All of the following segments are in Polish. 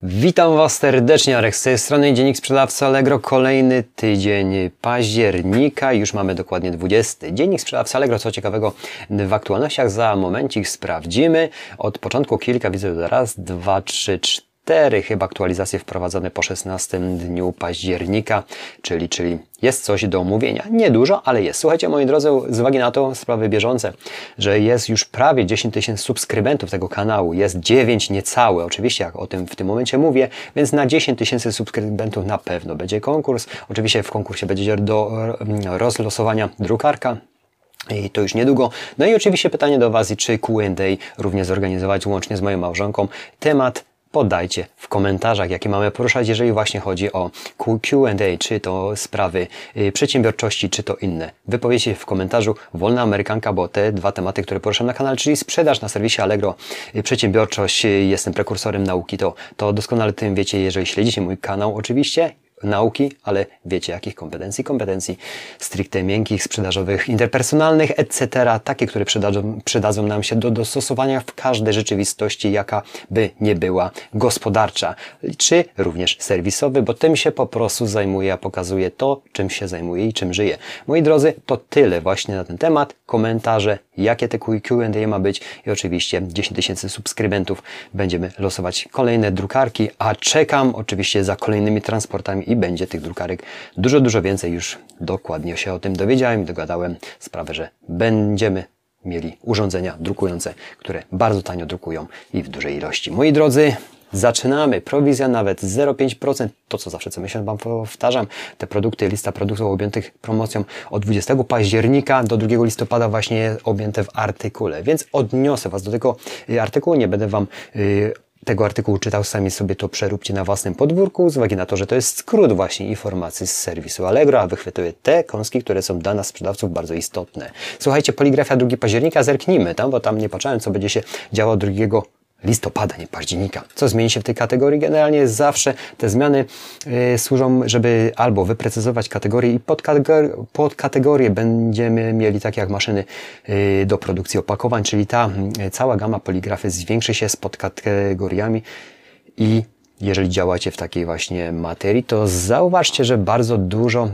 Witam Was serdecznie, Arek z tej strony Dziennik Sprzedawcy Allegro. Kolejny tydzień października, już mamy dokładnie 20. Dziennik Sprzedawcy Allegro, co ciekawego w aktualnościach za momencik sprawdzimy. Od początku kilka, widzę raz, dwa, trzy, cztery chyba aktualizacje wprowadzone po 16 dniu października, czyli jest coś do omówienia. Niedużo, ale jest. Słuchajcie, moi drodzy, z uwagi na to sprawy bieżące, że jest już prawie 10 000 subskrybentów tego kanału, jest 9 niecałe, oczywiście jak o tym w tym momencie mówię, więc na 10 000 subskrybentów na pewno będzie konkurs. Oczywiście w konkursie będzie do rozlosowania drukarka. I to już niedługo. No i oczywiście pytanie do Was, czy Q&A również zorganizować łącznie z moją małżonką. Temat podajcie w komentarzach, jakie mamy poruszać, jeżeli właśnie chodzi o Q&A, czy to sprawy przedsiębiorczości, czy to inne. Wypowiedzcie w komentarzu Wolna Amerykanka, bo te dwa tematy, które poruszam na kanale, czyli sprzedaż na serwisie Allegro, przedsiębiorczość, jestem prekursorem nauki, to doskonale tym wiecie, jeżeli śledzicie mój kanał oczywiście, nauki, ale wiecie jakich kompetencji? Kompetencji stricte miękkich, sprzedażowych, interpersonalnych, etc. Takie, które przydadzą nam się do dostosowania w każdej rzeczywistości, jaka by nie była gospodarcza, czy również serwisowy, bo tym się po prostu zajmuję, a pokazuję to, czym się zajmuję i czym żyję. Moi drodzy, to tyle właśnie na ten temat. Komentarze, jakie te Q&A ma być i oczywiście 10 000 subskrybentów. Będziemy losować kolejne drukarki, a czekam oczywiście za kolejnymi transportami i będzie tych drukarek dużo więcej. Już dokładnie się o tym dowiedziałem i dogadałem sprawę, że będziemy mieli urządzenia drukujące, które bardzo tanio drukują i w dużej ilości. Moi drodzy, zaczynamy. Prowizja nawet 0,5%. To, co zawsze co miesiąc Wam powtarzam. Te produkty, lista produktów objętych promocją od 20 października do 2 listopada właśnie objęte w artykule. Więc odniosę Was do tego artykułu. Nie będę Wam tego artykułu czytał, sami sobie to przeróbcie na własnym podwórku, z uwagi na to, że to jest skrót właśnie informacji z serwisu Allegro, a wychwytuję te kąski, które są dla nas sprzedawców bardzo istotne. Słuchajcie, poligrafia 2 października, zerknijmy tam, bo tam nie patrzałem, co będzie się działo 2 listopada, nie października. Co zmieni się w tej kategorii? Generalnie zawsze te zmiany służą, żeby albo wyprecyzować kategorie i podkategorie będziemy mieli takie jak maszyny do produkcji opakowań, czyli ta cała gama poligrafy zwiększy się z podkategoriami i jeżeli działacie w takiej właśnie materii, to zauważcie, że bardzo dużo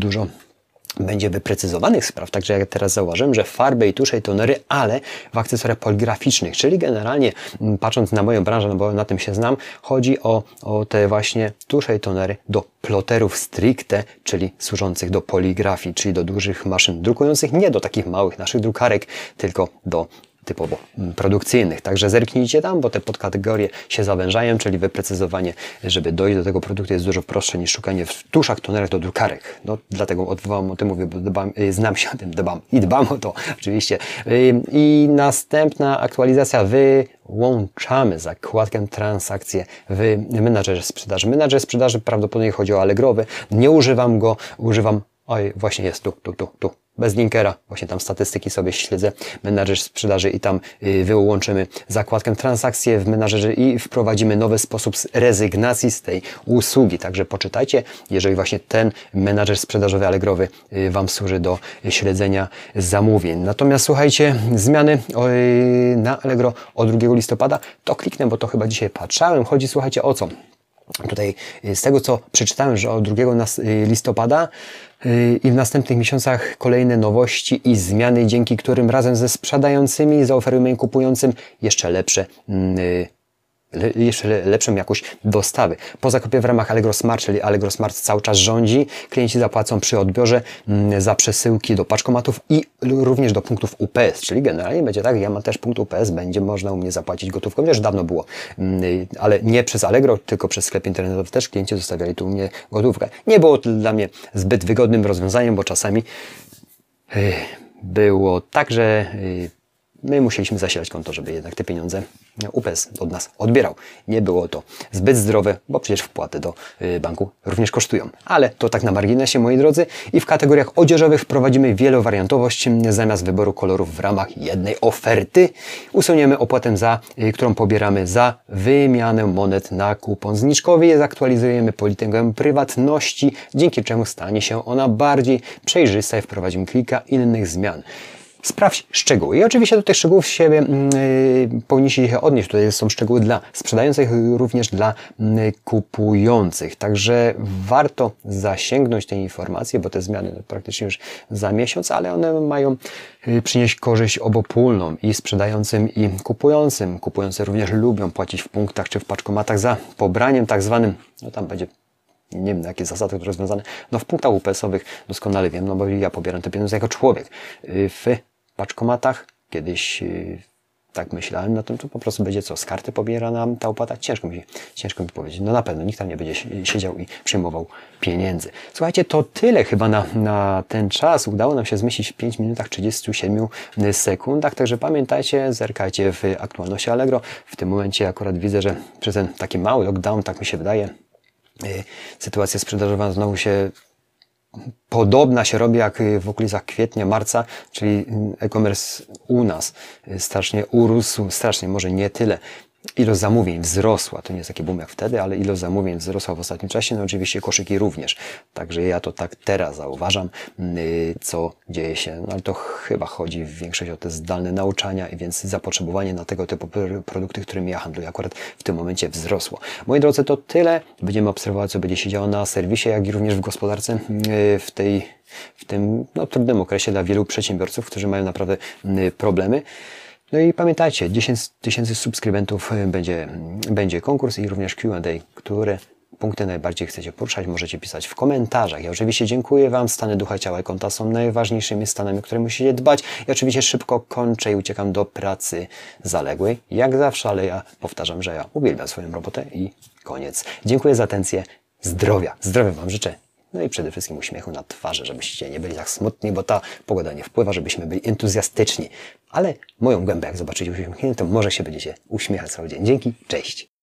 będzie wyprecyzowanych spraw, także jak teraz zauważyłem, że farby i tusze i tonery, ale w akcesoriach poligraficznych, czyli generalnie patrząc na moją branżę, no bo na tym się znam, chodzi o te właśnie tusze i tonery do ploterów stricte, czyli służących do poligrafii, czyli do dużych maszyn drukujących, nie do takich małych naszych drukarek, tylko do typowo produkcyjnych. Także zerknijcie tam, bo te podkategorie się zawężają, czyli wyprecyzowanie, żeby dojść do tego produktu jest dużo prostsze niż szukanie w tuszach, tonerach do drukarek. No, dlatego Wam o tym mówię, bo znam się o tym, dbam o to oczywiście. I następna aktualizacja, wyłączamy zakładkę transakcje w menadżerze sprzedaży. Menadżer sprzedaży prawdopodobnie chodzi o Allegrowy. Nie używam go, oj, właśnie jest tu. Bez linkera, właśnie tam statystyki sobie śledzę, menadżer sprzedaży i tam wyłączymy zakładkę transakcje w menadżerze i wprowadzimy nowy sposób rezygnacji z tej usługi. Także poczytajcie, jeżeli właśnie ten menadżer sprzedażowy Allegrowy Wam służy do śledzenia zamówień. Natomiast słuchajcie, zmiany na Allegro od 2 listopada, to kliknę, bo to chyba dzisiaj patrzałem. Chodzi, słuchajcie, o co? Tutaj z tego, co przeczytałem, że od 2 listopada i w następnych miesiącach kolejne nowości i zmiany, dzięki którym razem ze sprzedającymi zaoferujemy kupującym jeszcze lepszą jakość dostawy. Po zakupie w ramach Allegro Smart, czyli Allegro Smart cały czas rządzi, klienci zapłacą przy odbiorze za przesyłki do paczkomatów i również do punktów UPS, czyli generalnie będzie tak, ja mam też punkt UPS, będzie można u mnie zapłacić gotówką, już dawno było, ale nie przez Allegro, tylko przez sklep internetowy też klienci zostawiali tu u mnie gotówkę. Nie było to dla mnie zbyt wygodnym rozwiązaniem, bo czasami było tak, że my musieliśmy zasilać konto, żeby jednak te pieniądze UPS od nas odbierał. Nie było to zbyt zdrowe, bo przecież wpłaty do banku również kosztują. Ale to tak na marginesie, moi drodzy. I w kategoriach odzieżowych wprowadzimy wielowariantowość. Zamiast wyboru kolorów w ramach jednej oferty usuniemy opłatę, którą pobieramy za wymianę monet na kupon zniżkowy. Zaktualizujemy politykę prywatności, dzięki czemu stanie się ona bardziej przejrzysta i wprowadzimy kilka innych zmian. Sprawdź szczegóły. I oczywiście do tych szczegółów powinniście się odnieść. Tutaj są szczegóły dla sprzedających, również dla kupujących. Także warto zasięgnąć tej informacji, bo te zmiany praktycznie już za miesiąc, ale one mają przynieść korzyść obopólną i sprzedającym, i kupującym. Kupujący również lubią płacić w punktach czy w paczkomatach za pobraniem tak zwanym, no tam będzie, nie wiem jakie zasady to rozwiązane, no w punktach UPS-owych doskonale wiem, no bo ja pobieram te pieniądze jako człowiek. W paczkomatach kiedyś tak myślałem, no to po prostu będzie co, z karty pobiera nam ta opłata? Ciężko mi powiedzieć. No na pewno nikt tam nie będzie siedział i przyjmował pieniędzy. Słuchajcie, to tyle chyba na ten czas. Udało nam się zmieścić w 5 minutach 37 sekundach, także pamiętajcie, zerkajcie w aktualności Allegro. W tym momencie akurat widzę, że przez ten taki mały lockdown, tak mi się wydaje, sytuacja sprzedażowa znowu się podobna się robi jak w okolicach kwietnia, marca, czyli e-commerce u nas strasznie urósł, strasznie, może nie tyle. Ilość zamówień wzrosła, to nie jest taki boom jak wtedy, ale ilość zamówień wzrosła w ostatnim czasie, no oczywiście koszyki również. Także ja to tak teraz zauważam, co dzieje się, no ale to chyba chodzi w większości o te zdalne nauczania i więc zapotrzebowanie na tego typu produkty, którymi ja handluję, akurat w tym momencie wzrosło. Moi drodzy, to tyle. Będziemy obserwować, co będzie się działo na serwisie, jak i również w gospodarce w tym no, trudnym okresie dla wielu przedsiębiorców, którzy mają naprawdę problemy. No i pamiętajcie, 10 000 subskrybentów będzie konkurs i również Q&A, które punkty najbardziej chcecie poruszać, możecie pisać w komentarzach. Ja oczywiście dziękuję Wam. Stany ducha, ciała i konta są najważniejszymi stanami, o które musicie dbać. I oczywiście szybko kończę i uciekam do pracy zaległej. Jak zawsze, ale ja powtarzam, że ja uwielbiam swoją robotę i koniec. Dziękuję za atencję. Zdrowia. Zdrowia Wam życzę. No i przede wszystkim uśmiechu na twarzy, żebyście nie byli tak smutni, bo ta pogoda nie wpływa, żebyśmy byli entuzjastyczni. Ale moją gębę, jak zobaczycie uśmiechniętą, może się będziecie uśmiechać cały dzień. Dzięki, cześć!